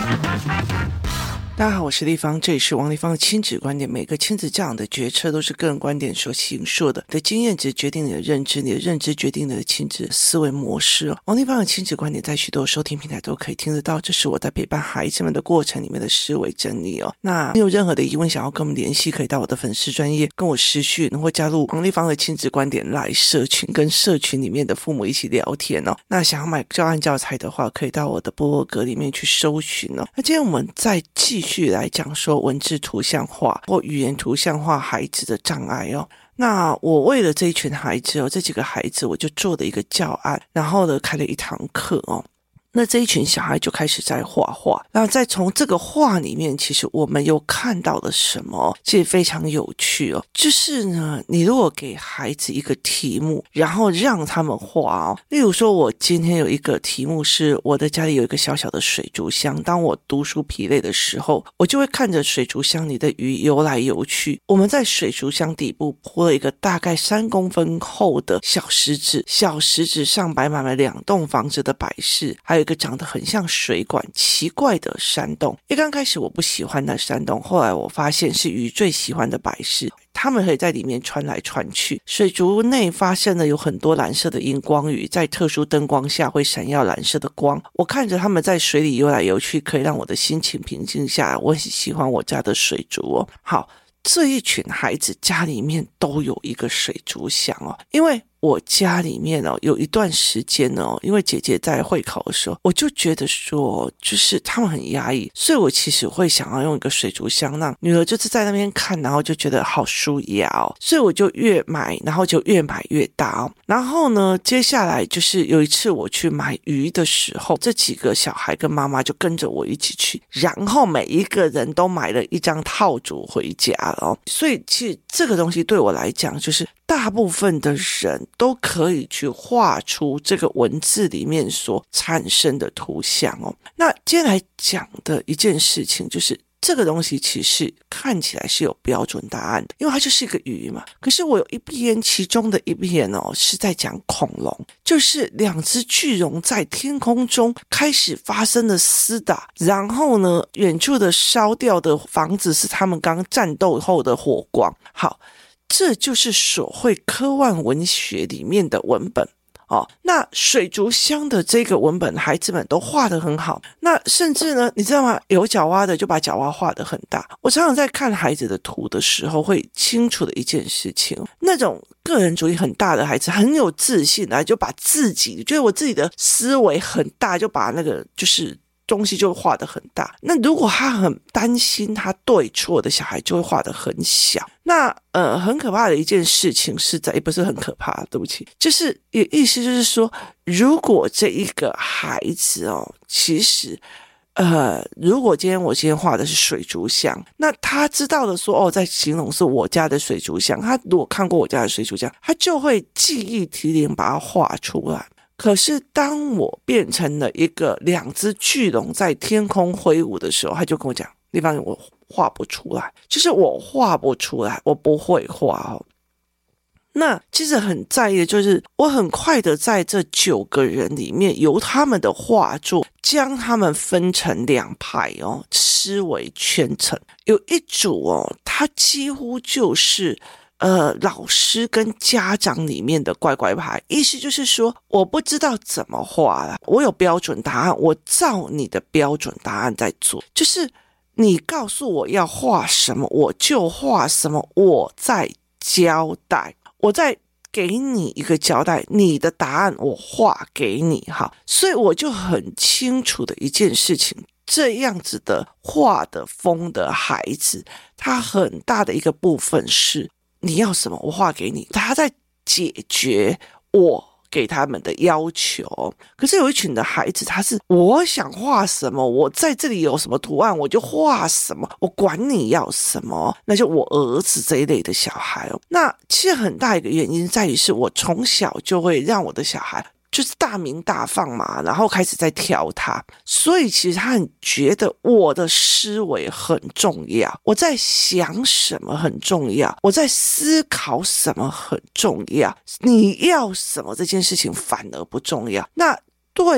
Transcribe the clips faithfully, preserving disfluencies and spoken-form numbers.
大家好，我是立方，这里是王立方的亲子观点。每个亲子教养的决策都是个人观点所形塑的，你的经验值决定你的认知，你的认知决定你的亲子思维模式哦。王立方的亲子观点在许多收听平台都可以听得到，这是我在陪伴孩子们的过程里面的思维整理哦。那你有任何的疑问想要跟我们联系，可以到我的粉丝专页跟我私讯，或加入王立方的亲子观点来社群，跟社群里面的父母一起聊天哦。那想要买教案教材的话，可以到我的部落格里面去搜寻哦。那今天我们再继续去来讲说文字图像化或语言图像化孩子的障碍哦。那我为了这一群孩子哦，这几个孩子我就做了一个教案，然后呢开了一堂课哦。那这一群小孩就开始在画画，那再从这个画里面，其实我们又看到了什么？其实非常有趣哦。就是呢，你如果给孩子一个题目，然后让他们画哦，例如说，我今天有一个题目是我的家里有一个小小的水族箱，当我读书疲累的时候，我就会看着水族箱里的鱼游来游去。我们在水族箱底部铺了一个大概三公分厚的小石子，小石子上摆满了两栋房子的摆饰，还有一个长得很像水管奇怪的山洞。一刚开始我不喜欢那山洞，后来我发现是鱼最喜欢的摆饰，他们可以在里面穿来穿去。水族内发现了有很多蓝色的荧光鱼，在特殊灯光下会闪耀蓝色的光，我看着他们在水里游来游去，可以让我的心情平静下来。我很喜欢我家的水族哦。好，这一群孩子家里面都有一个水族箱哦，因为我家里面哦，有一段时间哦，因为姐姐在会考的时候，我就觉得说，就是他们很压抑，所以我其实会想要用一个水族箱，让女儿就是在那边看，然后就觉得好舒压哦，所以我就越买，然后就越买越大哦。然后呢，接下来就是有一次我去买鱼的时候，这几个小孩跟妈妈就跟着我一起去，然后每一个人都买了一张套组回家了哦。所以其实这个东西对我来讲，就是大部分的人都可以去画出这个文字里面所产生的图像哦。那接下来讲的一件事情就是这个东西其实看起来是有标准答案的，因为它就是一个鱼嘛。可是我有一篇，其中的一篇哦是在讲恐龙，就是两只巨龙在天空中开始发生了厮打，然后呢，远处的烧掉的房子是他们刚战斗后的火光。好，这就是所谓科幻文学里面的文本哦。那水族箱的这个文本，孩子们都画得很好。那甚至呢，你知道吗？有角蛙的就把角蛙画得很大。我常常在看孩子的图的时候，会清楚的一件事情，那种个人主义很大的孩子，很有自信啊，就把自己觉得我自己的思维很大，就把那个就是东西就画得很大。那如果他很担心他对错的小孩，就会画得很小。那呃，很可怕的一件事情是在，也不是很可怕，对不起，就是意思就是说，如果这一个孩子哦，其实呃，如果今天我今天画的是水族箱，那他知道的说哦，在形容是我家的水族箱，他如果看过我家的水族箱，他就会记忆提灵把它画出来。可是当我变成了一个两只巨龙在天空挥舞的时候，他就跟我讲，立方我画不出来，就是我画不出来，我不会画哦。那其实很在意的就是我很快的在这九个人里面，由他们的画作将他们分成两派哦，思维圈层。有一组哦，他几乎就是呃，老师跟家长里面的乖乖牌，意思就是说，我不知道怎么画啦，我有标准答案，我照你的标准答案在做，就是你告诉我要画什么，我就画什么，我在交代，我在给你一个交代，你的答案我画给你哈，所以我就很清楚的一件事情。这样子的画的风的孩子，他很大的一个部分是你要什么我画给你，他在解决我给他们的要求。可是有一群的孩子，他是我想画什么，我在这里有什么图案我就画什么，我管你要什么，那就我儿子这一类的小孩哦。那其实很大一个原因在于是我从小就会让我的小孩就是大鸣大放嘛，然后开始在挑他，所以其实他很觉得我的思维很重要，我在想什么很重要，我在思考什么很重要，你要什么这件事情反而不重要。那对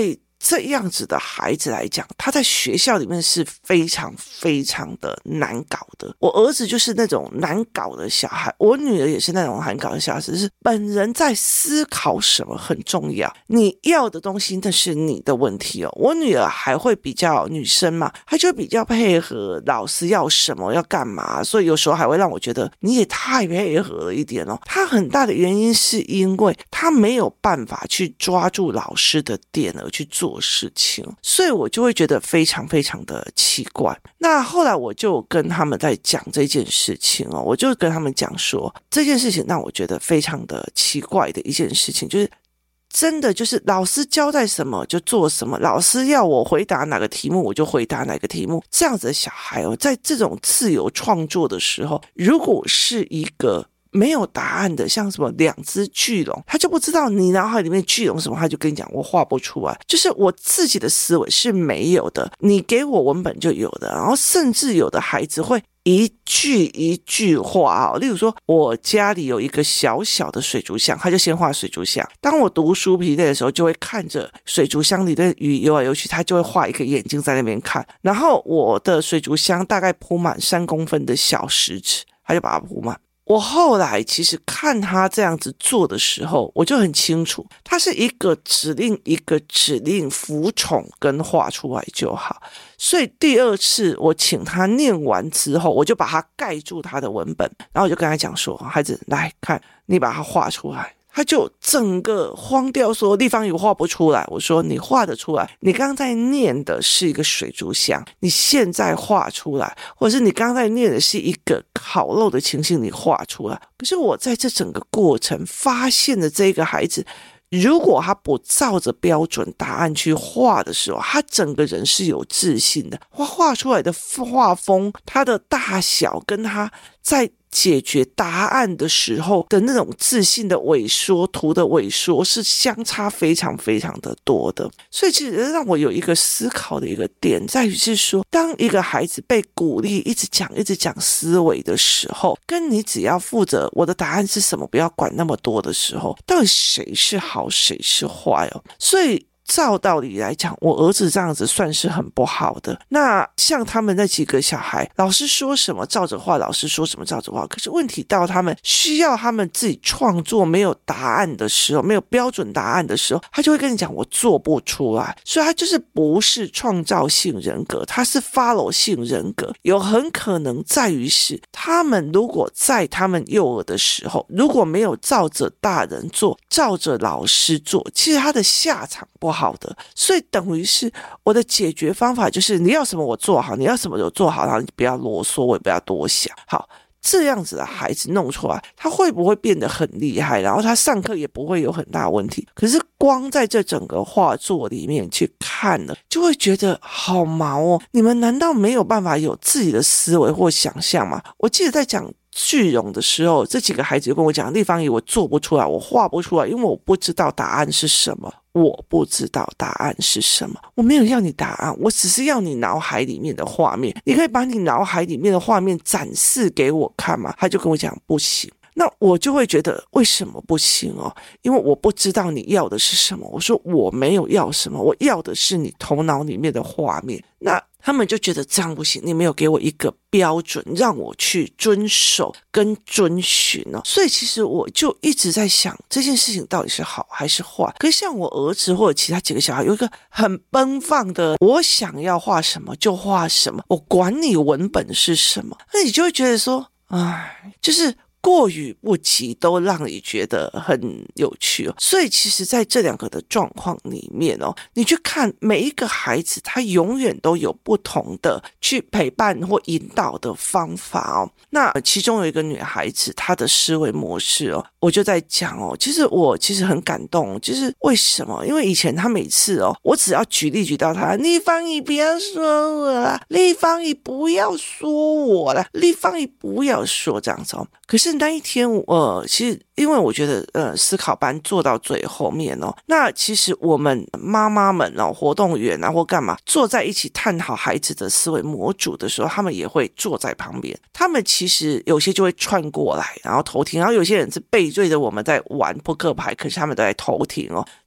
这样子的孩子来讲，他在学校里面是非常非常的难搞的。我儿子就是那种难搞的小孩，我女儿也是那种难搞的小孩，只是本人在思考什么很重要，你要的东西那是你的问题哦。我女儿还会比较女生嘛，她就比较配合老师要什么要干嘛，所以有时候还会让我觉得你也太配合了一点哦。她很大的原因是因为她没有办法去抓住老师的点而去做事情，所以我就会觉得非常非常的奇怪。那后来我就跟他们在讲这件事情哦，我就跟他们讲说，这件事情让我觉得非常的奇怪的一件事情，就是真的就是老师交代什么就做什么，老师要我回答哪个题目我就回答哪个题目。这样子的小孩哦，在这种自由创作的时候，如果是一个没有答案的，像什么两只巨龙，他就不知道你脑海里面巨龙什么，他就跟你讲我画不出来，就是我自己的思维是没有的，你给我文本就有的。然后甚至有的孩子会一句一句画哦，例如说我家里有一个小小的水族箱，他就先画水族箱。当我读书疲累的时候，就会看着水族箱里的鱼游来游去，他就会画一个眼睛在那边看。然后我的水族箱大概铺满三公分的小石子，他就把它铺满。我后来其实看他这样子做的时候，我就很清楚，他是一个指令一个指令服从跟画出来就好。所以第二次我请他念完之后，我就把他盖住他的文本，然后我就跟他讲说，孩子来看，你把它画出来。他就整个慌掉说，立方体画不出来。我说你画得出来，你刚刚在念的是一个水族箱，你现在画出来，或者是你刚刚在念的是一个烤肉的情形，你画出来。可是我在这整个过程发现的这个孩子，如果他不照着标准答案去画的时候，他整个人是有自信的，他画出来的画风，他的大小跟他在解决答案的时候的那种自信的萎缩，图的萎缩是相差非常非常的多的。所以其实让我有一个思考的一个点在于是说，当一个孩子被鼓励一直讲一直讲思维的时候，跟你只要负责我的答案是什么，不要管那么多的时候，到底谁是好谁是坏哦？所以照道理来讲，我儿子这样子算是很不好的。那像他们那几个小孩，老师说什么照着画，老师说什么照着画。可是问题到他们需要他们自己创作，没有答案的时候，没有标准答案的时候，他就会跟你讲我做不出来。所以他就是不是创造性人格，他是 follow 性人格。有很可能在于是他们如果在他们幼儿的时候，如果没有照着大人做，照着老师做，其实他的下场不好的。所以等于是我的解决方法就是你要什么我做好，你要什么我做好，然后你不要啰嗦，我也不要多想。好，这样子的孩子弄出来，他会不会变得很厉害？然后他上课也不会有很大问题。可是光在这整个画作里面去看了，就会觉得好毛哦！你们难道没有办法有自己的思维或想象吗？我记得在讲巨龙的时候，这几个孩子就跟我讲，立方体我做不出来，我画不出来，因为我不知道答案是什么。我不知道答案是什么，我没有要你答案，我只是要你脑海里面的画面，你可以把你脑海里面的画面展示给我看吗？他就跟我讲不行。那我就会觉得为什么不行哦？因为我不知道你要的是什么。我说我没有要什么，我要的是你头脑里面的画面。那他们就觉得这样不行，你没有给我一个标准让我去遵守跟遵循哦。所以其实我就一直在想这件事情到底是好还是坏。可是像我儿子或者其他几个小孩有一个很奔放的，我想要画什么就画什么，我管你文本是什么，那你就会觉得说唉，就是过与不及都让你觉得很有趣哦。所以其实在这两个的状况里面哦，你去看每一个孩子，他永远都有不同的去陪伴或引导的方法哦。那其中有一个女孩子，她的思维模式哦，我就在讲哦，其实我其实很感动，就是为什么？因为以前她每次哦，我只要举例举到她，立方体不要说我啦，立方体不要说我啦，立方体不要说这样子哦。可是那一天呃，其实因为我觉得呃，思考班做到最后面哦，那其实我们妈妈们哦，活动员啊或干嘛坐在一起探讨孩子的思维模组的时候，他们也会坐在旁边，他们其实有些就会串过来然后偷听，然后有些人是背对着我们在玩扑克牌，可是他们都在偷听哦。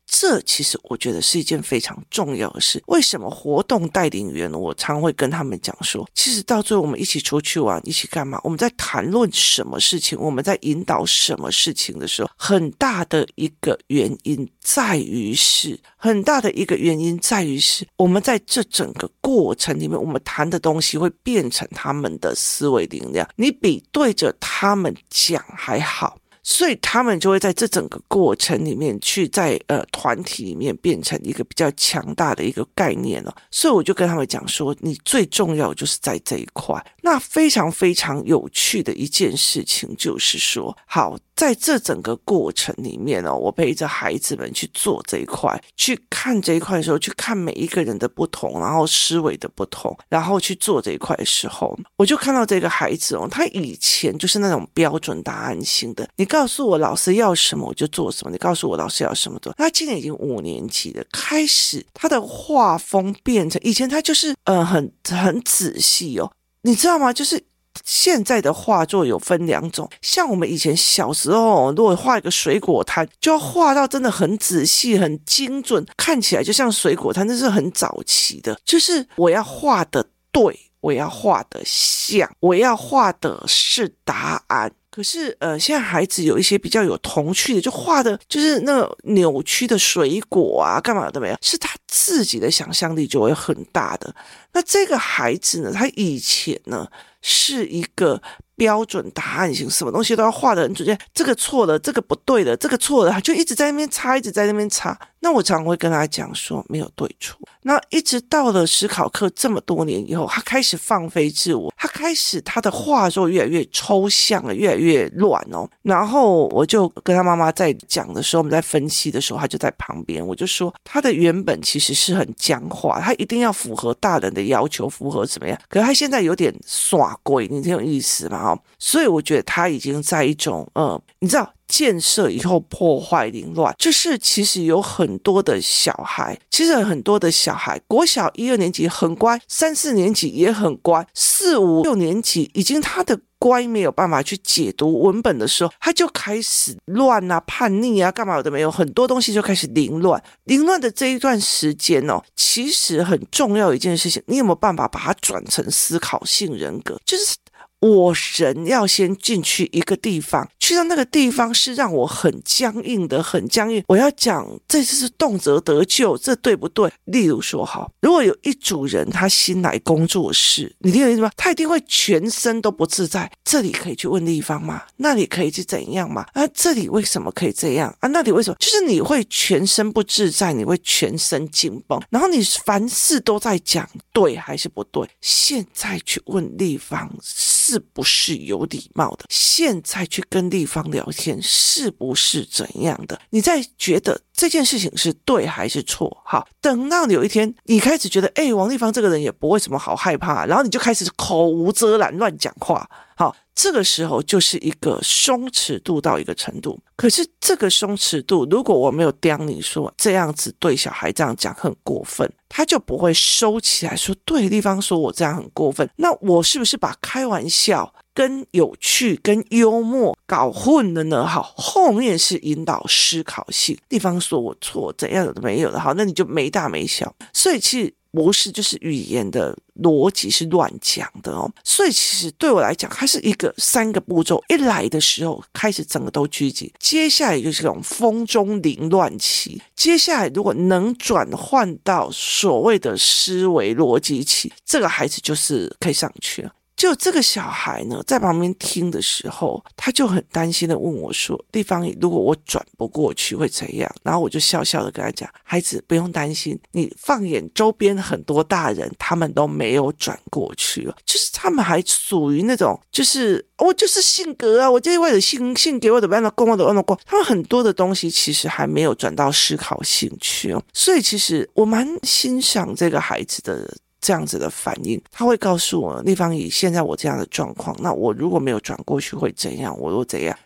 这其实我觉得是一件非常重要的事。为什么活动带领员我常会跟他们讲说，其实到最后我们一起出去玩，一起干嘛，我们在谈论什么事情，我们在引导什么事情的时候，很大的一个原因在于是很大的一个原因在于是我们在这整个过程里面，我们谈的东西会变成他们的思维力量，你比对着他们讲还好，所以他们就会在这整个过程里面去在呃团体里面变成一个比较强大的一个概念了。所以我就跟他们讲说，你最重要就是在这一块。那非常非常有趣的一件事情就是说，好，在这整个过程里面哦，我陪着孩子们去做这一块，去看这一块的时候，去看每一个人的不同，然后思维的不同，然后去做这一块的时候，我就看到这个孩子哦，他以前就是那种标准答案型的，你告诉我老师要什么我就做什么，你告诉我老师要什么的。他今年已经五年级了，开始他的画风变成以前他就是呃很很仔细哦，你知道吗？就是现在的画作有分两种，像我们以前小时候如果画一个水果摊，就要画到真的很仔细很精准，看起来就像水果摊，那是很早期的，就是我要画的对，我要画的像，我要画的是答案。可是呃，现在孩子有一些比较有童趣的，就画的就是那个扭曲的水果啊干嘛的没有，是他自己的想象力就会很大的。那这个孩子呢，他以前呢是一个标准答案型，什么东西都要画得很准确，这个错了，这个不对的，这个错了，他就一直在那边擦，一直在那边擦。那我常会跟他讲说，没有对错。那一直到了思考课这么多年以后，他开始放飞自我，他开始他的画作越来越抽象了，越来越乱哦。然后我就跟他妈妈在讲的时候，我们在分析的时候，他就在旁边，我就说他的原本其实是很僵化，他一定要符合大人的要求，符合怎么样？可是他现在有点耍鬼，你挺有意思嘛？哦，所以我觉得他已经在一种呃，你知道。建设以后破坏凌乱，就是其实有很多的小孩，其实很多的小孩，国小一二年级很乖，三四年级也很乖，四五六年级已经他的乖没有办法去解读文本的时候，他就开始乱啊、叛逆啊、干嘛的没有，很多东西就开始凌乱。凌乱的这一段时间哦，其实很重要一件事情，你有没有办法把它转成思考性人格？就是我人要先进去一个地方，去到那个地方是让我很僵硬的，很僵硬。我要讲这就是动辄得咎，这对不对？例如说，好，如果有一组人他新来工作室，你听我意思吗？他一定会全身都不自在。这里可以去问地方吗？那里可以去怎样吗？啊，这里为什么可以这样啊？那里为什么？就是你会全身不自在，你会全身紧绷，然后你凡事都在讲对还是不对。现在去问地方是不是有礼貌的？现在去跟地方聊天是不是怎样的？你在觉得这件事情是对还是错？好，等到有一天你开始觉得，哎，王立芳这个人也不会什么好害怕，然后你就开始口无遮拦乱讲话。好，这个时候就是一个松弛度到一个程度。可是这个松弛度，如果我没有刁你说这样子对小孩这样讲很过分，他就不会收起来说对地方说我这样很过分。那我是不是把开玩笑跟有趣跟幽默搞混了呢？好，后面是引导思考性，地方说我错怎样的没有的，好，那你就没大没小。所以其实不是就是语言的逻辑是乱讲的哦，所以其实对我来讲，它是一个三个步骤，一来的时候开始整个都聚集，接下来就是这种风中凌乱期，接下来如果能转换到所谓的思维逻辑期，这个孩子就是可以上去了。就这个小孩呢，在旁边听的时候，他就很担心的问我说，地方如果我转不过去会怎样？然后我就笑笑的跟他讲，孩子不用担心，你放眼周边很多大人，他们都没有转过去了，就是他们还属于那种就是我就是性格啊，我就是为了性性给我的办法供我的办法供，他们很多的东西其实还没有转到思考兴趣哦。所以其实我蛮欣赏这个孩子的这样子的反应，他会告诉我，立方以现在我这样的状况，那我如果没有转过去会怎样，我又怎样，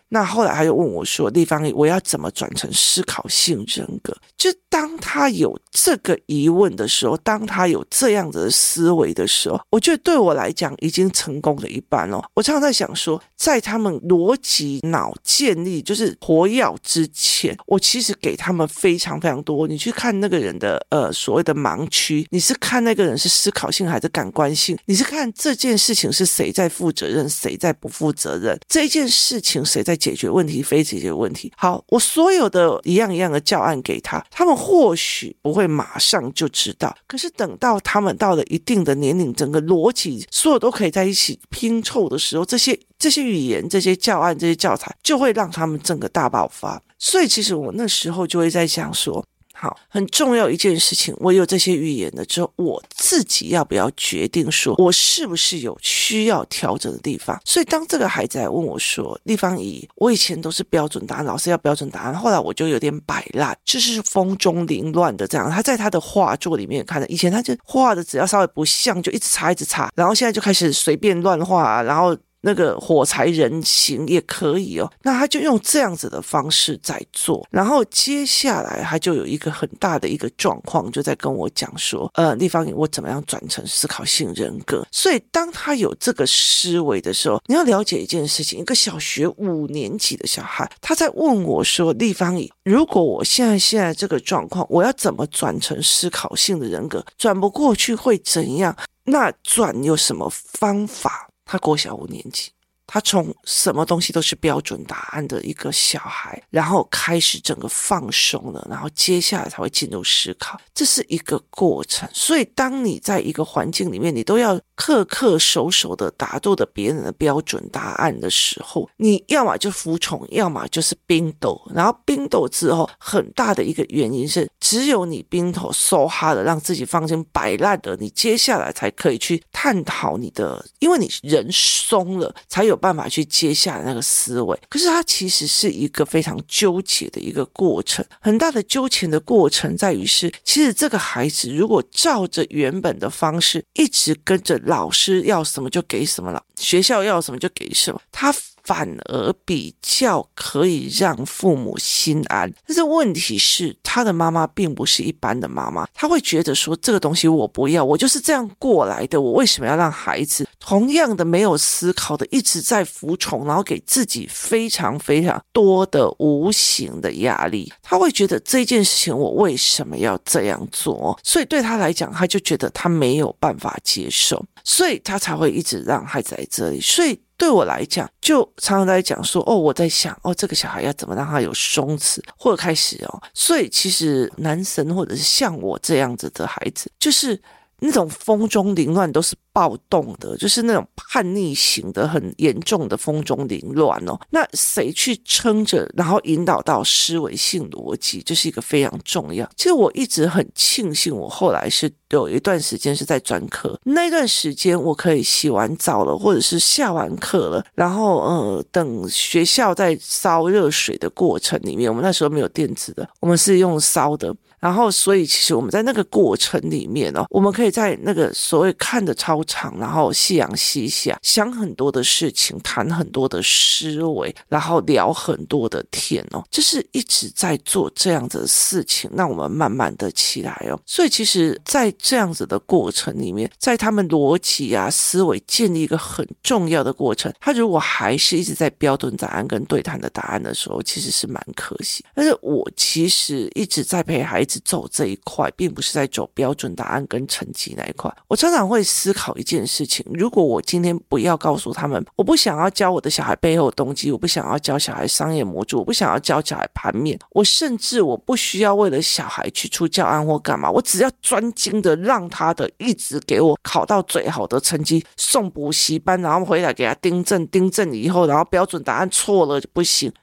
那后来他又问我说，立方我要怎么转成思考性人格？就当他有这个疑问的时候，当他有这样子的思维的时候，我觉得对我来讲已经成功了一半了。我常常在想说，在他们逻辑脑建立就是活跃之前，我其实给他们非常非常多。你去看那个人的呃所谓的盲区，你是看那个人是思考性还是感官性，你是看这件事情是谁在负责任谁在不负责任，这件事情谁在解决问题非解决问题。好，我所有的一样一样的教案给他，他们或许不会马上就知道，可是等到他们到了一定的年龄，整个逻辑所有都可以在一起拼凑的时候，这些这些语言这些教案这些教材就会让他们整个大爆发。所以其实我那时候就会在想说，好，很重要一件事情，我有这些语言了之后，我自己要不要决定说我是不是有需要调整的地方。所以当这个孩子来问我说，立方姨，我以前都是标准答案，老师要标准答案，后来我就有点摆烂，就是风中凌乱的这样。他在他的画作里面看的，以前他就画的只要稍微不像就一直擦一直擦，然后现在就开始随便乱画，然后那个火柴人形也可以哦，那他就用这样子的方式在做，然后接下来他就有一个很大的一个状况，就在跟我讲说，呃，立方我怎么样转成思考性人格。所以当他有这个思维的时候，你要了解一件事情，一个小学五年级的小孩，他在问我说，立方如果我现在现在这个状况，我要怎么转成思考性的人格？转不过去会怎样？那转有什么方法？他国小五年级，他从什么东西都是标准答案的一个小孩，然后开始整个放松了，然后接下来才会进入思考，这是一个过程。所以当你在一个环境里面，你都要刻刻守守的达到的别人的标准答案的时候，你要么就服从，要么就是冰斗。然后冰斗之后，很大的一个原因是，只有你冰头收哈的，让自己放心摆烂的，你接下来才可以去探讨你的，因为你人松了，才有办法去接下来那个思维。可是它其实是一个非常纠结的一个过程，很大的纠结的过程在于是，其实这个孩子如果照着原本的方式，一直跟着老师要什么就给什么了，学校要什么就给什么，他反而比较可以让父母心安。但是问题是，他的妈妈并不是一般的妈妈，他会觉得说，这个东西我不要，我就是这样过来的，我为什么要让孩子同样的没有思考的一直在服从，然后给自己非常非常多的无形的压力。他会觉得这件事情我为什么要这样做，所以对他来讲，他就觉得他没有办法接受，所以他才会一直让孩子来这里。所以对我来讲，就常常在讲说，哦，我在想，哦，这个小孩要怎么让他有松弛，或者开始哦。所以其实男生或者是像我这样子的孩子，就是那种风中凌乱都是暴动的，就是那种叛逆型的很严重的风中凌乱哦。那谁去撑着，然后引导到思维性逻辑，这是一个非常重要。其实我一直很庆幸，我后来是有一段时间是在专科，那段时间我可以洗完澡了，或者是下完课了，然后呃，等学校在烧热水的过程里面，我们那时候没有电子的，我们是用烧的。然后所以其实我们在那个过程里面哦，我们可以在那个所谓看的操场，然后夕阳西下，想很多的事情，谈很多的思维，然后聊很多的天哦，就是一直在做这样子的事情，让我们慢慢的起来哦。所以其实在这样子的过程里面，在他们逻辑啊思维建立一个很重要的过程，他如果还是一直在标准答案跟对谈的答案的时候，其实是蛮可惜。但是我其实一直在陪孩子走这一块，并不是在走标准答案跟成绩那一块。我常常会思考一件事情，如果我今天不要告诉他们，我不想要教我的小孩背后的动机，我不想要教小孩商业模组，我不想要教小孩盘面，我甚至我不需要为了小孩去出教案或干嘛，我只要专精的让他的一直给我考到最好的成绩，送补习班，然后回来给他订正，订正以后，然后标准答案错了就不行。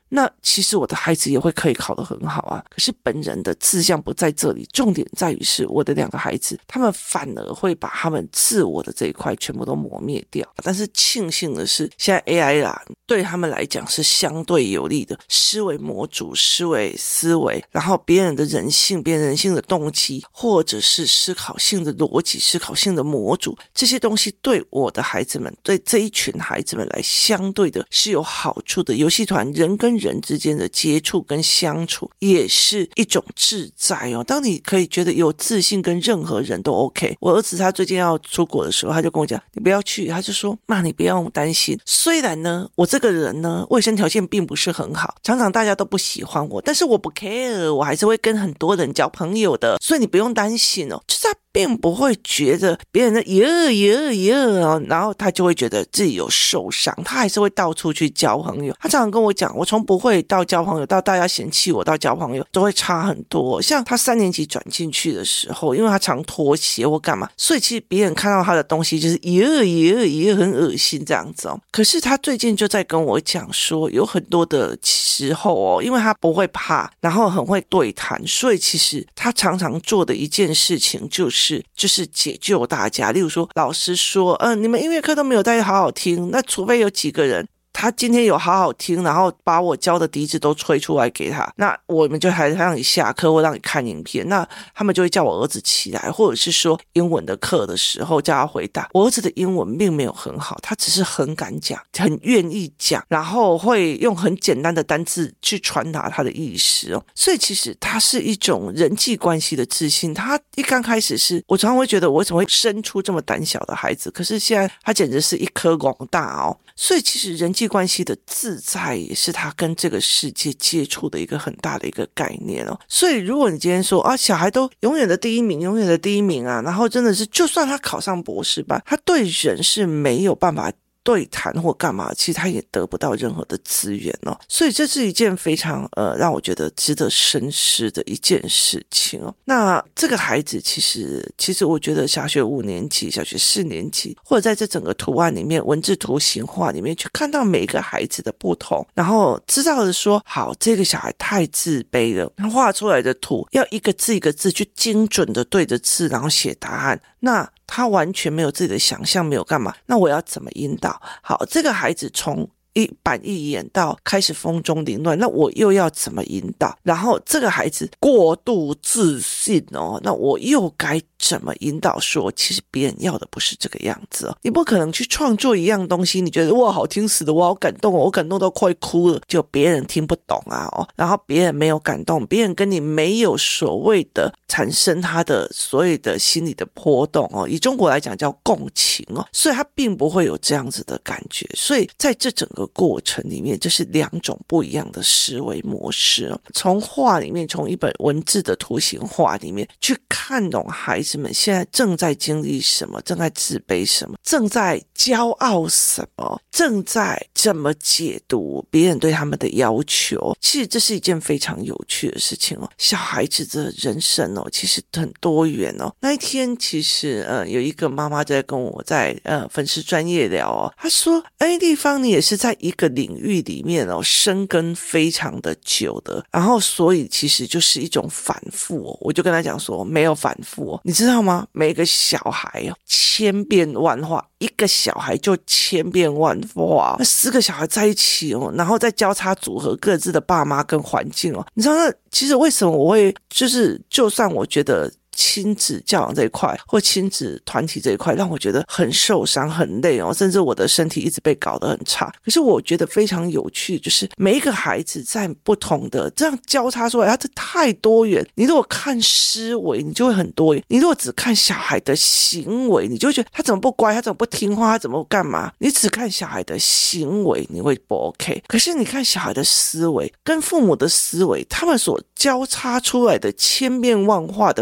那其实我的孩子也会可以考得很好啊。可是本人的志向不在这里，重点在于是我的两个孩子，他们反而会把他们自我的这一块全部都磨灭掉。但是庆幸的是，现在 A I 啦，对他们来讲是相对有利的，思维模组、思维思维，然后别人的人性、别人人性的动机，或者是思考性的逻辑、思考性的模组，这些东西对我的孩子们，对这一群孩子们来相对的是有好处的。游戏团人跟人之间的接触跟相处也是一种自在哦。当你可以觉得有自信跟任何人都 OK。 我儿子他最近要出国的时候，他就跟我讲你不要去，他就说妈你不要担心，虽然呢我这个人呢卫生条件并不是很好，常常大家都不喜欢我，但是我不 care， 我还是会跟很多人交朋友的，所以你不用担心哦。就是他并不会觉得别人的耶耶耶，然后他就会觉得自己有受伤，他还是会到处去交朋友。他常常跟我讲，我从不会到交朋友到大家嫌弃我到交朋友都会差很多。像他三年级转进去的时候，因为他常脱鞋或干嘛，所以其实别人看到他的东西就是耶耶耶很恶心这样子哦。可是他最近就在跟我讲说，有很多的时候哦，因为他不会怕，然后很会对谈，所以其实他常常做的一件事情就是就是解救大家。例如说老师说嗯、呃，你们音乐课都没有在好好听，那除非有几个人他今天有好好听，然后把我教的笛子都吹出来给他，那我们就还让你下课或让你看影片，那他们就会叫我儿子起来，或者是说英文的课的时候叫他回答。我儿子的英文并没有很好，他只是很敢讲，很愿意讲，然后会用很简单的单字去传达他的意思哦。所以其实他是一种人际关系的自信。他一刚开始是我常常会觉得我怎么会生出这么胆小的孩子，可是现在他简直是一颗广大哦。所以其实人际关系的自在也是他跟这个世界接触的一个很大的一个概念哦。所以如果你今天说啊，小孩都永远的第一名永远的第一名啊，然后真的是就算他考上博士班，他对人是没有办法对谈或干嘛，其实他也得不到任何的资源哦。所以这是一件非常呃让我觉得值得深思的一件事情哦。那这个孩子其实其实我觉得小学五年级小学四年级，或者在这整个图案里面文字图形化里面去看到每一个孩子的不同，然后知道的说好这个小孩太自卑了，他画出来的图要一个字一个字去精准的对着字然后写答案，那他完全没有自己的想象，没有干嘛，那我要怎么引导？好，这个孩子从一板一眼到开始风中凌乱，那我又要怎么引导？然后这个孩子过度自信哦，那我又该怎么引导说其实别人要的不是这个样子哦。你不可能去创作一样东西，你觉得哇好听死的，我好感动哦，我感动到快哭了，就别人听不懂啊哦，然后别人没有感动，别人跟你没有所谓的产生他的所谓的心理的波动哦，以中国来讲叫共情哦，所以他并不会有这样子的感觉。所以在这整个过程里面，这是两种不一样的思维模式哦。从画里面，从一本文字的图形画里面去看懂孩子们现在正在经历什么，正在自卑什么，正在骄傲什么，正在怎么解读别人对他们的要求。其实这是一件非常有趣的事情哦。小孩子的人生哦，其实很多元哦。那一天其实呃有一个妈妈在跟我在呃粉丝专页聊哦，她说哎地方你也是在一个领域里面哦深耕非常的久的，然后所以其实就是一种反复哦。我就跟她讲说没有反复哦，你知道吗？每个小孩哦千变万化，一个小孩就千变万化，那四个小孩在一起哦，然后再交叉组合各自的爸妈跟环境哦。你知道那其实为什么我会就是就算我觉得亲子教养这一块或亲子团体这一块让我觉得很受伤很累哦，甚至我的身体一直被搞得很差，可是我觉得非常有趣，就是每一个孩子在不同的这样交叉出来，他这太多元。你如果看思维你就会很多元，你如果只看小孩的行为，你就会觉得他怎么不乖，他怎么不听话，他怎么干嘛，你只看小孩的行为你会不 OK。 可是你看小孩的思维跟父母的思维，他们所交叉出来的千变万化的变化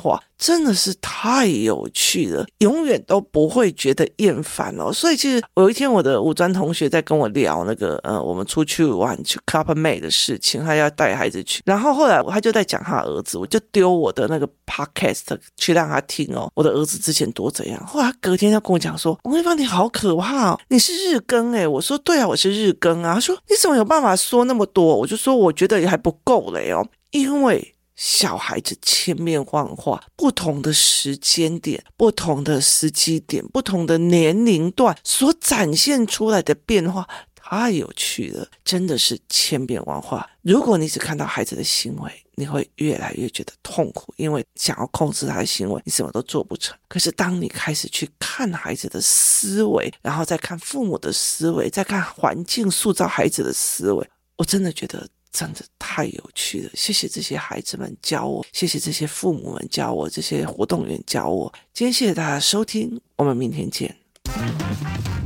话，真的是太有趣了，永远都不会觉得厌烦哦。所以其实有一天我的五专同学在跟我聊那个呃，我们出去玩去 Club Med 的事情，他要带孩子去，然后后来他就在讲他儿子，我就丢我的那个 podcast 去让他听哦，我的儿子之前多怎样。后来他隔天他跟我讲说，王一芳你好可怕哦，你是日更诶。我说对啊，我是日更啊。他说你怎么有办法说那么多？我就说我觉得也还不够嘞哦，因为小孩子千变万化，不同的时间点，不同的时机点，不同的年龄段所展现出来的变化太有趣了，真的是千变万化。如果你只看到孩子的行为，你会越来越觉得痛苦，因为想要控制他的行为，你什么都做不成。可是当你开始去看孩子的思维，然后再看父母的思维，再看环境塑造孩子的思维，我真的觉得真的太有趣了。谢谢这些孩子们教我，谢谢这些父母们教我，这些活动员教我。今天谢谢大家收听，我们明天见。